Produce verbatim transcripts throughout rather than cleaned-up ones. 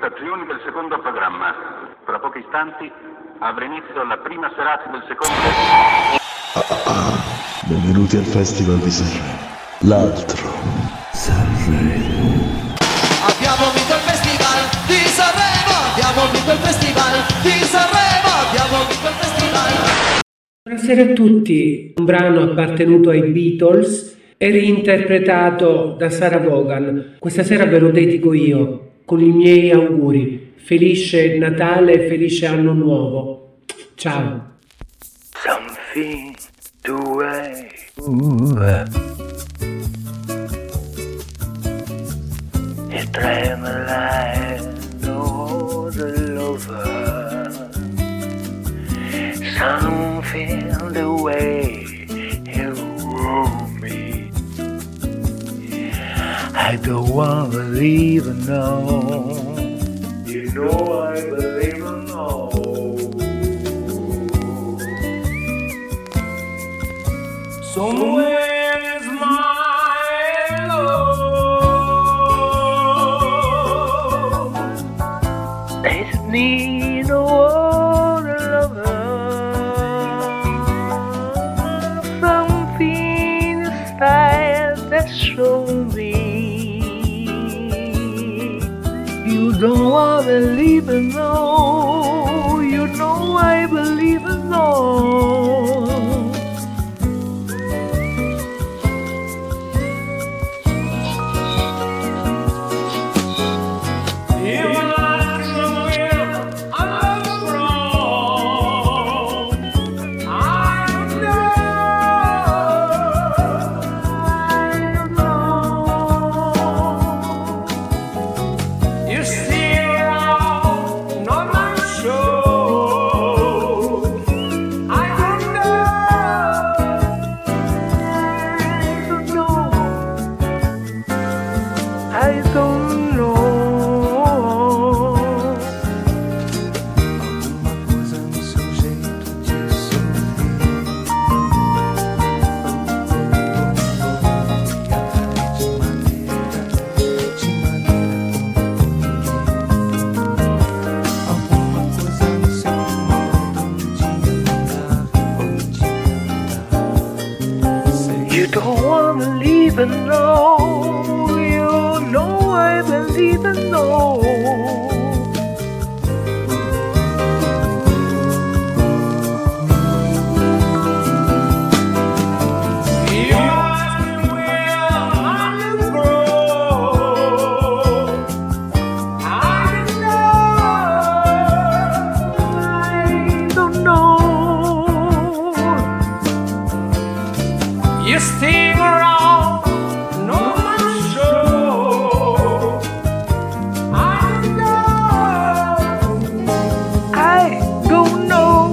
Stazioni del secondo programma. Fra pochi istanti avrà inizio la prima serata del secondo... Ah, ah, benvenuti al Festival di Sanremo. L'altro Sanremo. Abbiamo vinto il Festival di Sanremo. Abbiamo vinto il Festival di Sanremo. Abbiamo vinto il Festival. Buonasera a tutti. Un brano appartenuto ai Beatles e reinterpretato da Sarah Vaughan. Questa sera ve lo dedico io con i miei auguri. Felice Natale e felice Anno Nuovo. Ciao. Something to wait. It's trembling all over. Something the way you roll me. I don't wanna leave it now. You know I believe it now. Somewhere is my love. There's need no other lover. Something inside that shows me you don't wanna believe it, no. You know I believe it, no. You don't wanna leave it, no. You know I believe it, no. You ask me where I grow. I don't know. I don't know. You sting around, no one show. I don't know. I don't know.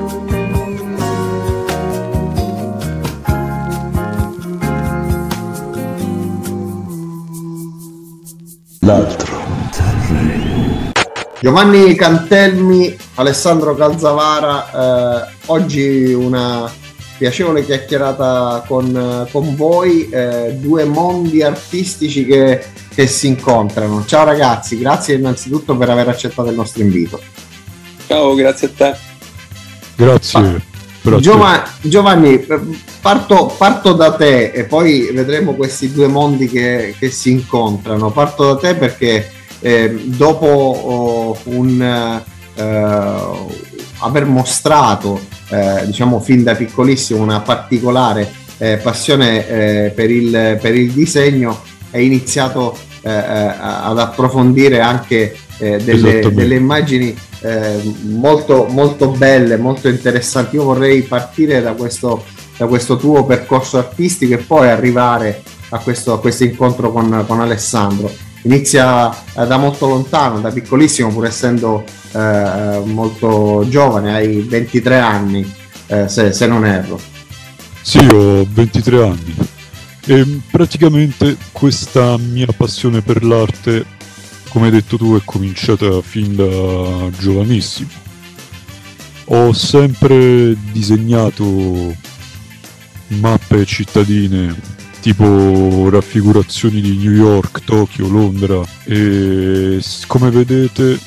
L'altro Sanremo. Giovanni Cantelmi, Alessandro Calzavara, eh, oggi una piacevole chiacchierata con, con voi, eh, due mondi artistici che, che si incontrano. Ciao ragazzi, grazie innanzitutto per aver accettato il nostro invito. Ciao, grazie a te. Grazie. Ah, grazie. Giova- Giovanni, parto, parto da te e poi vedremo questi due mondi che, che si incontrano. Parto da te perché eh, dopo oh, un eh, aver mostrato Eh, diciamo fin da piccolissimo una particolare eh, passione eh, per, il, per il disegno, hai iniziato eh, ad approfondire anche eh, delle, delle immagini eh, molto, molto belle, molto interessanti. Io vorrei partire da questo, da questo tuo percorso artistico e poi arrivare a questo, a questo incontro con, con Alessandro. Inizia eh, da molto lontano, da piccolissimo, pur essendo eh, molto giovane, hai ventitré anni, eh, se, se non erro. Sì, ho ventitré anni e praticamente questa mia passione per l'arte, come hai detto tu, è cominciata fin da giovanissimo. Ho sempre disegnato mappe cittadine tipo raffigurazioni di New York, Tokyo, Londra, e come vedete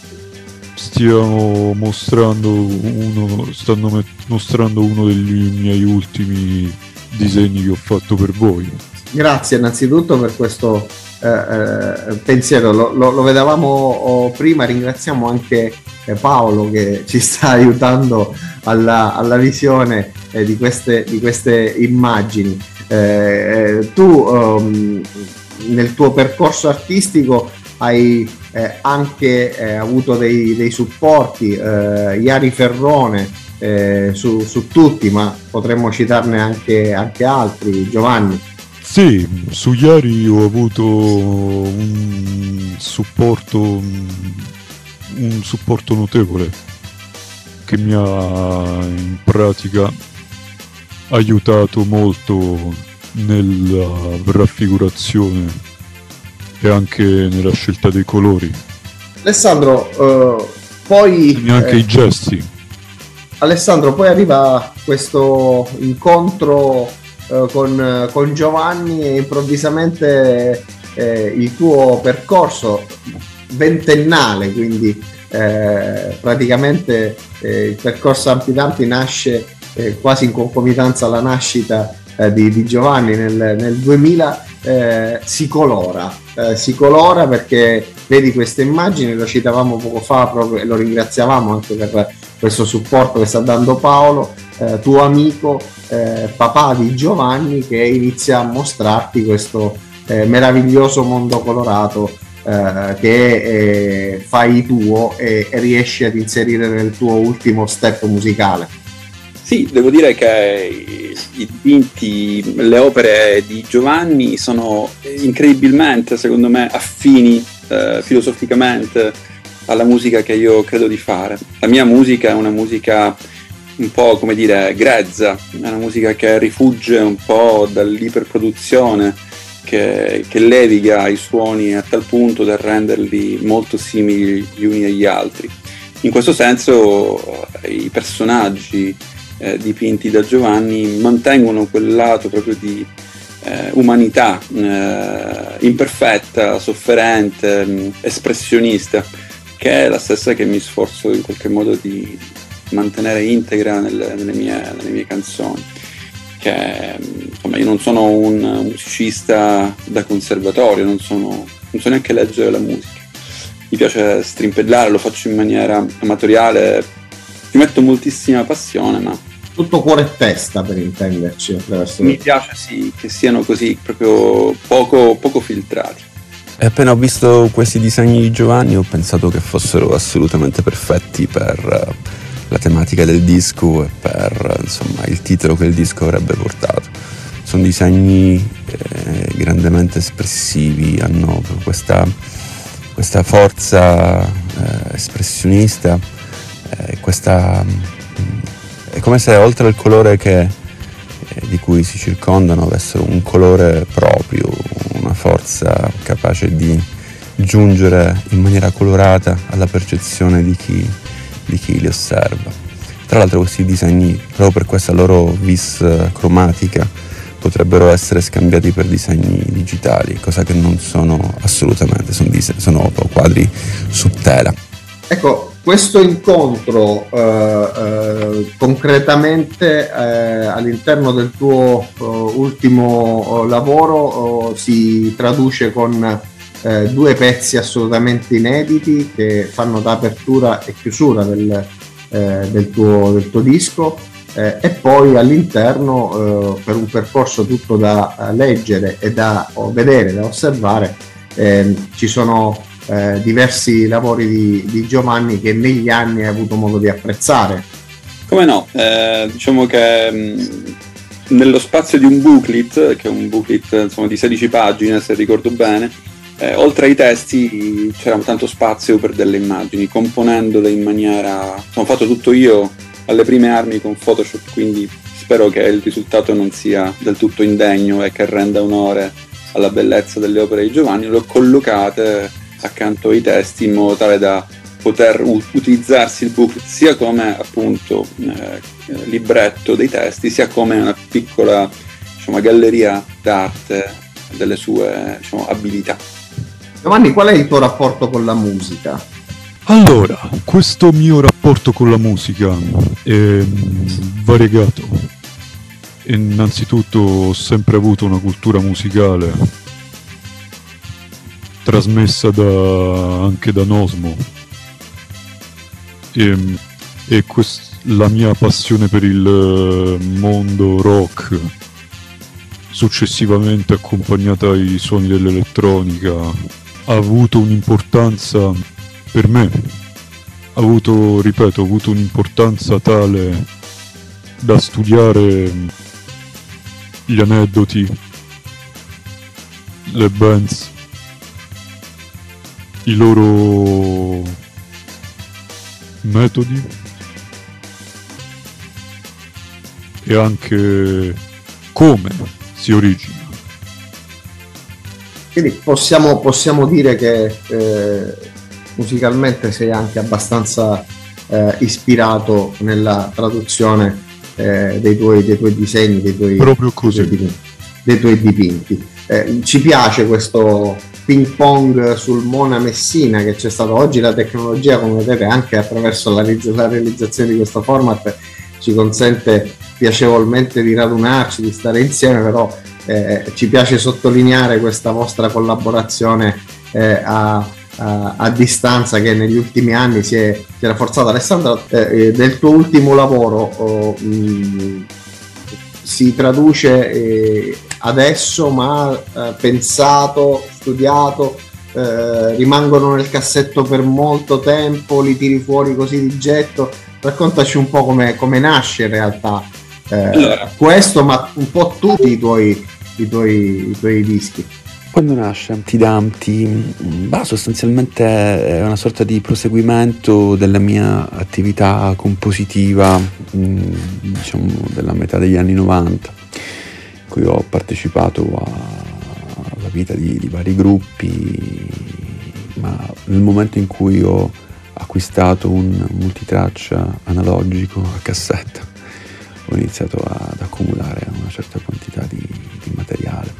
stiamo mostrando uno, stanno met- mostrando uno degli miei ultimi disegni che ho fatto per voi. Grazie innanzitutto per questo eh, eh, pensiero, lo, lo, lo vedevamo oh, prima, ringraziamo anche eh, Paolo che ci sta aiutando alla, alla visione eh, di, queste, di queste immagini. Eh, tu um, nel tuo percorso artistico hai eh, anche eh, avuto dei, dei supporti, eh, Iari Ferrone eh, su, su tutti, ma potremmo citarne anche, anche altri, Giovanni. Sì, su Iari ho avuto un supporto un supporto notevole che mi ha in pratica aiutato molto nella raffigurazione e anche nella scelta dei colori. Alessandro, eh, poi e anche eh, i gesti. Alessandro, poi arriva questo incontro eh, con, con Giovanni e improvvisamente eh, il tuo percorso ventennale, quindi eh, praticamente eh, il percorso Ampidampi nasce eh, quasi in concomitanza alla nascita eh, di, di Giovanni nel, nel duemila, eh, si colora, eh, si colora perché vedi queste immagini, lo citavamo poco fa proprio e lo ringraziavamo anche per questo supporto che sta dando Paolo, eh, tuo amico, eh, papà di Giovanni, che inizia a mostrarti questo eh, meraviglioso mondo colorato eh, che eh, fai tuo e, e riesci ad inserire nel tuo ultimo step musicale. Sì, devo dire che i dipinti, le opere di Giovanni sono incredibilmente, secondo me, affini eh, filosoficamente alla musica che io credo di fare. La mia musica è una musica un po', come dire, grezza, è una musica che rifugge un po' dall'iperproduzione, che, che leviga i suoni a tal punto da renderli molto simili gli uni agli altri. In questo senso i personaggi eh, dipinti da Giovanni mantengono quel lato proprio di eh, umanità eh, imperfetta, sofferente, mh, espressionista, che è la stessa che mi sforzo in qualche modo di mantenere integra nelle, nelle, mie, nelle mie canzoni. Che, insomma, io non sono un musicista da conservatorio, non, sono, non so neanche leggere la musica. Mi piace strimpellare, lo faccio in maniera amatoriale, ci metto moltissima passione, ma tutto cuore e testa, per intenderci. Mi piace sì che siano così proprio poco, poco filtrati. E appena ho visto questi disegni di Giovanni ho pensato che fossero assolutamente perfetti per la tematica del disco e per, insomma, il titolo che il disco avrebbe portato. Sono disegni eh, grandemente espressivi, hanno questa, questa forza eh, espressionista, eh, questa, mh, è come se oltre al colore che, eh, di cui si circondano avessero un colore proprio, una forza capace di giungere in maniera colorata alla percezione di chi, di chi li osserva. Tra l'altro questi disegni, proprio per questa loro vis cromatica, potrebbero essere scambiati per disegni digitali, cosa che non sono assolutamente, sono, dis- sono quadri su tela. Ecco, questo incontro eh, eh, concretamente eh, all'interno del tuo eh, ultimo eh, lavoro eh, si traduce con eh, due pezzi assolutamente inediti che fanno da apertura e chiusura del, eh, del, tuo, del tuo disco eh, e poi all'interno eh, per un percorso tutto da leggere e da vedere, da osservare eh, ci sono Eh, diversi lavori di, di Giovanni che negli anni hai avuto modo di apprezzare. Come no, eh, diciamo che mh, nello spazio di un booklet, che è un booklet insomma, di sedici pagine se ricordo bene, eh, oltre ai testi c'era tanto spazio per delle immagini, componendole in maniera, sono fatto tutto io alle prime armi con Photoshop, quindi spero che il risultato non sia del tutto indegno e che renda onore alla bellezza delle opere di Giovanni. Le ho collocate accanto ai testi in modo tale da poter u- utilizzarsi il booklet sia come appunto eh, libretto dei testi, sia come una piccola, diciamo, diciamo, galleria d'arte delle sue, diciamo, abilità. Giovanni, qual è il tuo rapporto con la musica? Allora, questo mio rapporto con la musica è mm, variegato. Innanzitutto ho sempre avuto una cultura musicale trasmessa da, anche da Nosmo, e, e quest, la mia passione per il mondo rock, successivamente accompagnata ai suoni dell'elettronica, ha avuto un'importanza per me, ha avuto, ripeto, ha avuto un'importanza tale da studiare gli aneddoti, le bands, i loro metodi e anche come si origina. Quindi possiamo, possiamo dire che eh, musicalmente sei anche abbastanza eh, ispirato nella traduzione eh, dei, tuoi, dei tuoi disegni, dei tuoi, proprio così. Dei tuoi, dei tuoi dipinti. Eh, ci piace questo ping pong sul Mona Messina che c'è stato oggi. La tecnologia, come vedete, anche attraverso la, la realizzazione di questo format ci consente piacevolmente di radunarci, di stare insieme, però eh, ci piace sottolineare questa vostra collaborazione eh, a, a, a distanza, che negli ultimi anni si è, si è rafforzata. Alessandra, eh, del tuo ultimo lavoro oh, mh, si traduce eh, adesso, ma eh, pensato, studiato, eh, rimangono nel cassetto per molto tempo, li tiri fuori così di getto? Raccontaci un po' come, come nasce in realtà eh, allora. questo, ma un po' tutti i tuoi, i tuoi, i tuoi dischi. Quando nasce Humpty Dumpty, bah, sostanzialmente è una sorta di proseguimento della mia attività compositiva, diciamo della metà degli anni novanta, in cui ho partecipato a, alla vita di, di vari gruppi, ma nel momento in cui ho acquistato un multitraccia analogico a cassetta, ho iniziato ad accumulare una certa quantità di, di materiale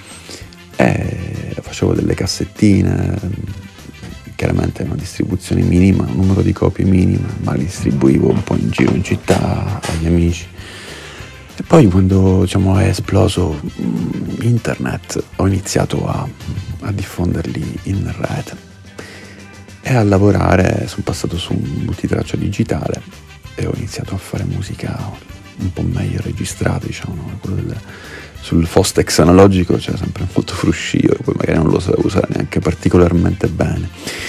e facevo delle cassettine, chiaramente una distribuzione minima, un numero di copie minima, ma li distribuivo un po' in giro in città agli amici. E poi quando, diciamo, è esploso internet, ho iniziato a, a diffonderli in rete e a lavorare. Sono passato su un multitraccia digitale e ho iniziato a fare musica un po' meglio registrata, diciamo, no? Quello del, sul Fostex analogico c'era sempre molto fruscio e poi magari non lo sapevo usare neanche particolarmente bene.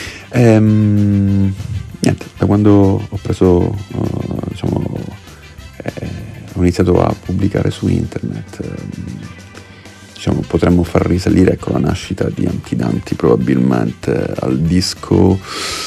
Ehm, niente, da quando ho preso, uh, diciamo, eh, ho iniziato a pubblicare su internet, eh, diciamo, potremmo far risalire, ecco, la nascita di Humpty Dumpty probabilmente al disco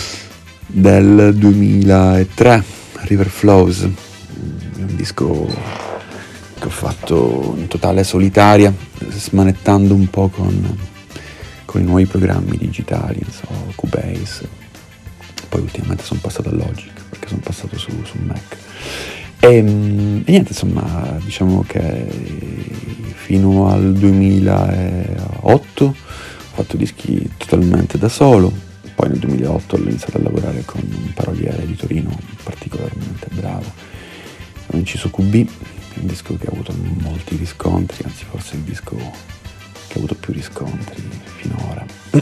del duemilatré, River Flows, è un disco che ho fatto in totale solitaria, smanettando un po' con, con i nuovi programmi digitali, non so, Cubase. Poi ultimamente sono passato a Logic, perché sono passato su, su Mac. E, e niente, insomma, diciamo che fino al duemilaotto ho fatto dischi totalmente da solo. Poi nel duemilaotto ho iniziato a lavorare con un paroliere di Torino particolarmente bravo. Ho inciso Q B, un disco che ha avuto molti riscontri, anzi forse il disco che ha avuto più riscontri finora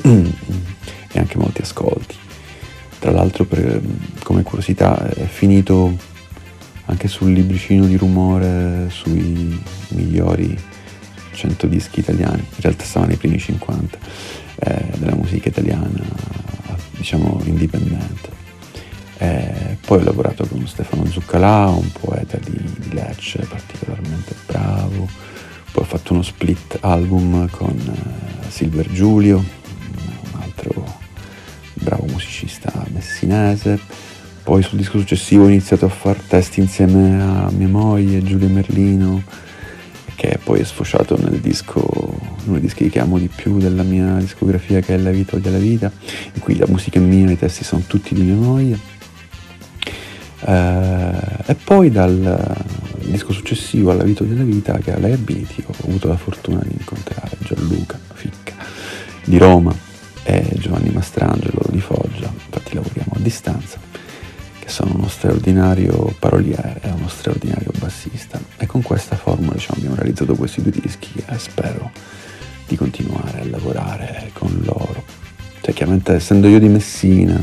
e anche molti ascolti. Tra l'altro, per, come curiosità, è finito anche sul libricino di rumore sui migliori cento dischi italiani. In realtà stava nei primi cinquanta eh, della musica italiana, diciamo, indipendente. Eh, poi ho lavorato con Stefano Zuccalà, un poeta di, di Lecce particolarmente bravo. Poi ho fatto uno split album con uh, Silver Giulio, un altro bravo musicista messinese. Poi sul disco successivo ho iniziato a fare testi insieme a mia moglie, Giulia Merlino, che poi è sfociato nel disco, uno dei dischi che amo di più della mia discografia, che è La vita o della vita, in cui la musica è mia, i testi sono tutti di mia moglie. Uh, e poi dal, disco successivo alla Vita della Vita, che è Liability, ho avuto la fortuna di incontrare Gianluca Ficca di Roma e Giovanni Mastrangelo di Foggia, infatti lavoriamo a distanza, che sono uno straordinario paroliere e uno straordinario bassista, e con questa formula, diciamo, abbiamo realizzato questi due dischi e spero di continuare a lavorare con loro. Cioè, chiaramente, essendo io di Messina,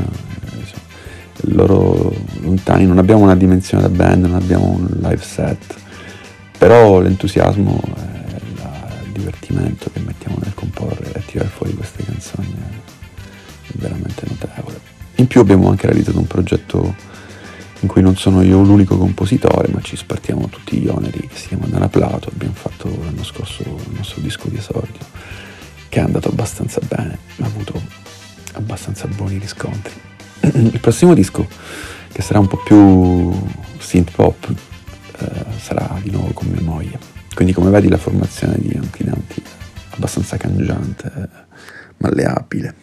loro lontani, non abbiamo una dimensione da band, non abbiamo un live set, però l'entusiasmo e il divertimento che mettiamo nel comporre e tirare fuori queste canzoni è veramente notevole. In più abbiamo anche realizzato un progetto in cui non sono io l'unico compositore, ma ci spartiamo tutti gli oneri, che si chiama Dana Plato. Abbiamo fatto l'anno scorso il nostro disco di esordio, che è andato abbastanza bene, ha avuto abbastanza buoni riscontri. Il prossimo disco, che sarà un po' più synth pop, eh, sarà di nuovo con mia moglie, quindi come vedi la formazione di Humpty Dumpty è abbastanza cangiante, eh, malleabile.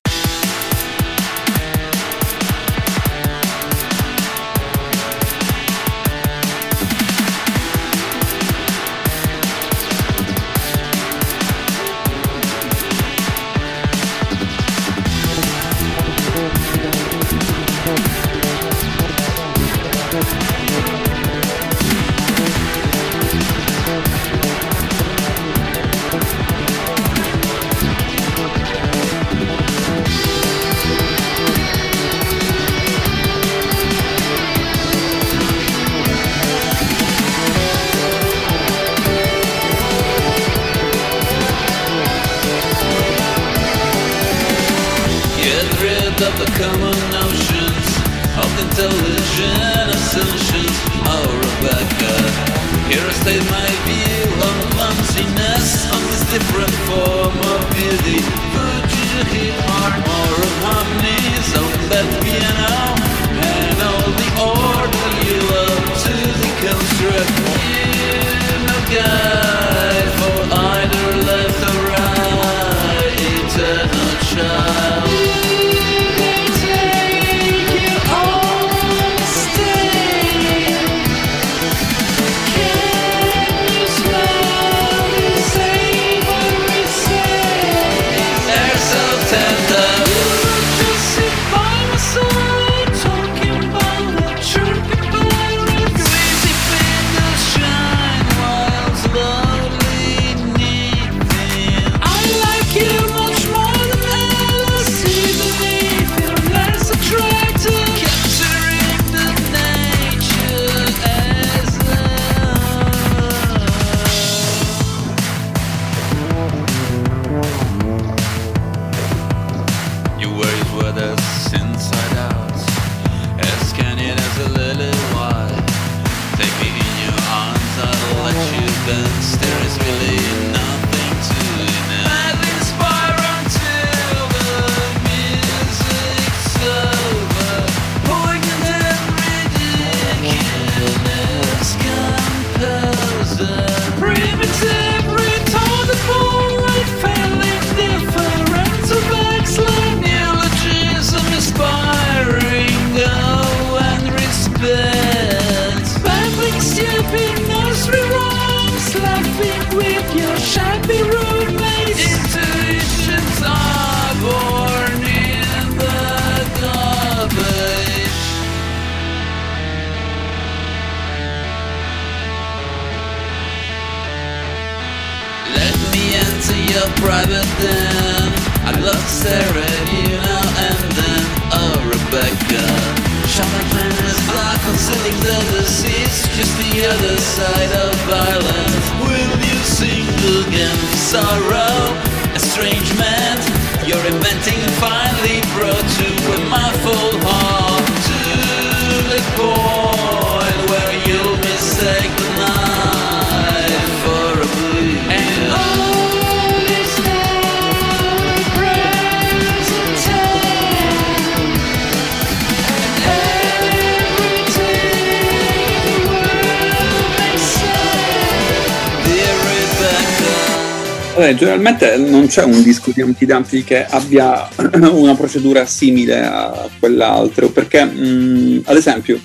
Generalmente non c'è un disco di Humpty Dumpty che abbia una procedura simile a quell'altro, perché mh, ad esempio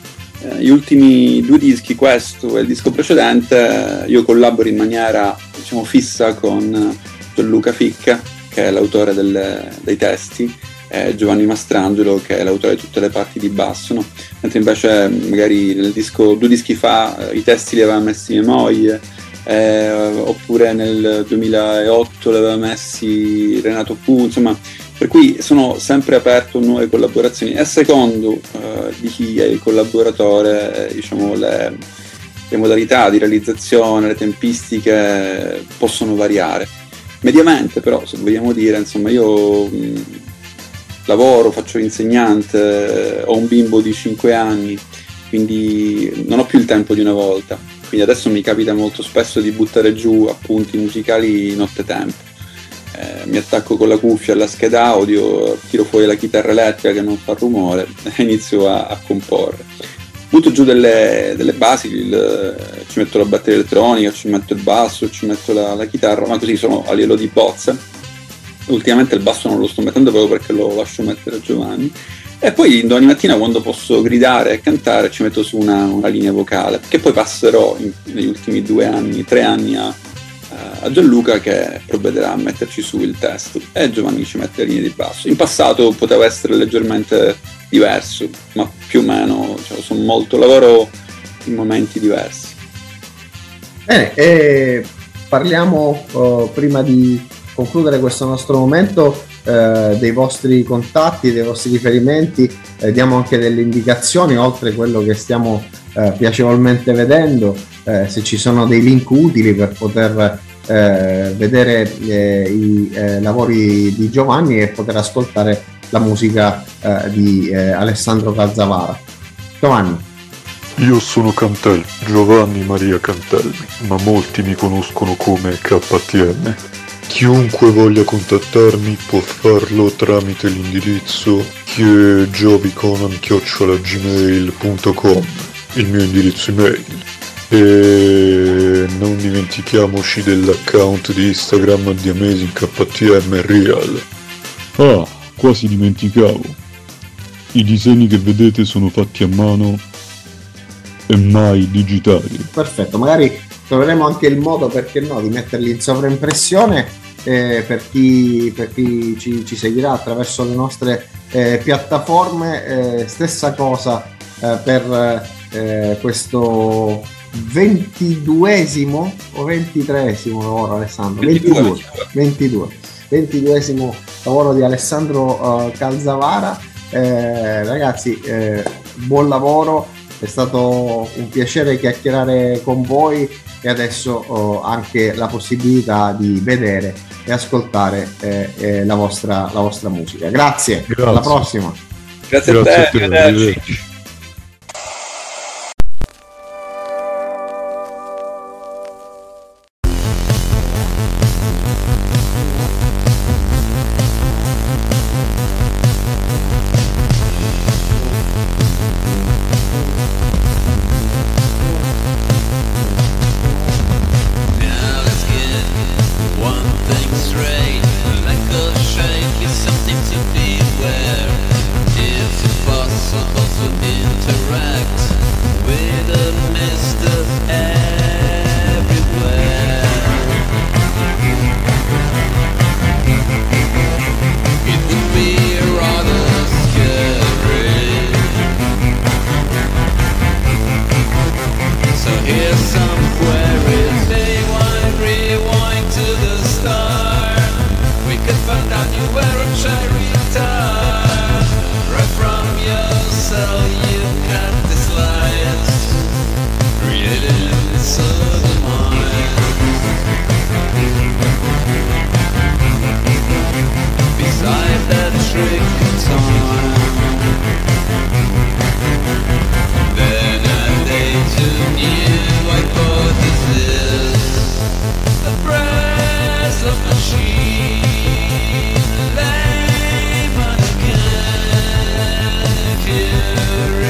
eh, gli ultimi due dischi, questo e il disco precedente, io collaboro in maniera, diciamo, fissa con Gianluca Ficca, che è l'autore delle, dei testi, e Giovanni Mastrangelo, che è l'autore di tutte le parti di basso, no? Mentre invece magari nel disco, due dischi fa, i testi li aveva messi mia moglie, eh, oppure nel duemilaotto li aveva messi Renato Pu, insomma, per cui sono sempre aperto a nuove collaborazioni, e a secondo eh, di chi è il collaboratore, eh, diciamo, le, le modalità di realizzazione, le tempistiche possono variare. Mediamente però, se vogliamo dire, insomma, io mh, lavoro, faccio l'insegnante, ho un bimbo di cinque anni, quindi non ho più il tempo di una volta, quindi adesso mi capita molto spesso di buttare giù appunti musicali nottetempo. Eh, mi attacco con la cuffia alla scheda audio, tiro fuori la chitarra elettrica che non fa rumore e inizio a, a comporre. Butto giù delle, delle basi, il, ci metto la batteria elettronica, ci metto il basso, ci metto la, la chitarra, ma così sono a livello di bozze. Ultimamente il basso non lo sto mettendo proprio perché lo lascio mettere a Giovanni. E poi domani mattina, quando posso gridare e cantare, ci metto su una, una linea vocale, che poi passerò in, negli ultimi due anni, tre anni a, a Gianluca, che provvederà a metterci su il testo, e Giovanni ci mette le linee di basso. In passato poteva essere leggermente diverso, ma più o meno, cioè, sono molto, lavoro in momenti diversi. Bene, e parliamo uh, prima di concludere questo nostro momento eh, dei vostri contatti, dei vostri riferimenti, eh, diamo anche delle indicazioni oltre quello che stiamo eh, piacevolmente vedendo, eh, se ci sono dei link utili per poter eh, vedere eh, i eh, lavori di Giovanni e poter ascoltare la musica eh, di eh, Alessandro Calzavara. Giovanni. Io sono Cantelli, Giovanni Maria Cantelli, ma molti mi conoscono come K T M. Chiunque voglia contattarmi può farlo tramite l'indirizzo gioviconan chiocciola gmail punto com, il mio indirizzo email. E non dimentichiamoci dell'account di Instagram di Amazing K T M Real. Ah, quasi dimenticavo. I disegni che vedete sono fatti a mano e mai digitali. Perfetto, magari troveremo anche il modo, perché no, di metterli in sovraimpressione eh, per chi, per chi ci, ci seguirà attraverso le nostre eh, piattaforme. Eh, stessa cosa eh, per eh, questo ventiduesimo o ventitreesimo lavoro, Alessandro? ventidue, ventidue, ventiduesimo lavoro di Alessandro uh, Calzavara. Eh, ragazzi, eh, buon lavoro. È stato un piacere chiacchierare con voi, e adesso ho anche la possibilità di vedere e ascoltare eh, eh, la, vostra, la vostra musica. Grazie, Grazie. Alla prossima. Grazie, Grazie a te, a te. Here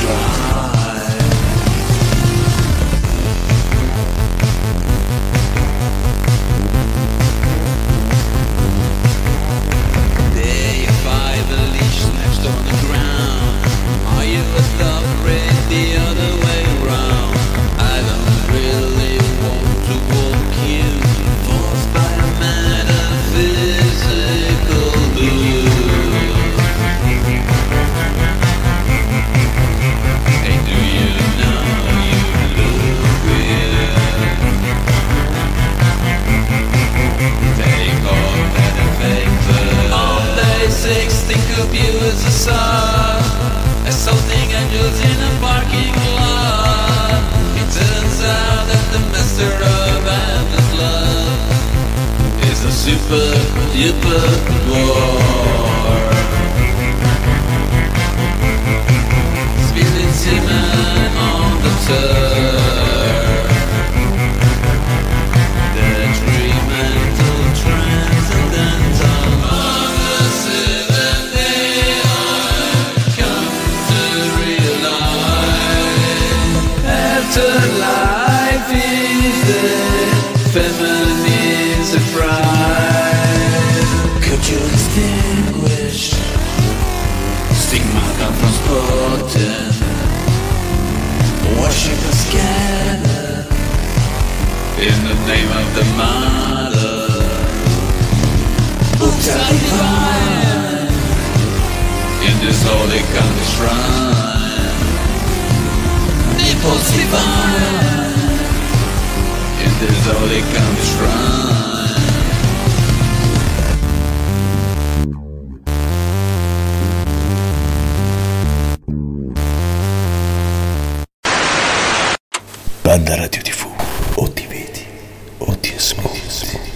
Banda Radio tivù, o ti vedi o ti ascolti.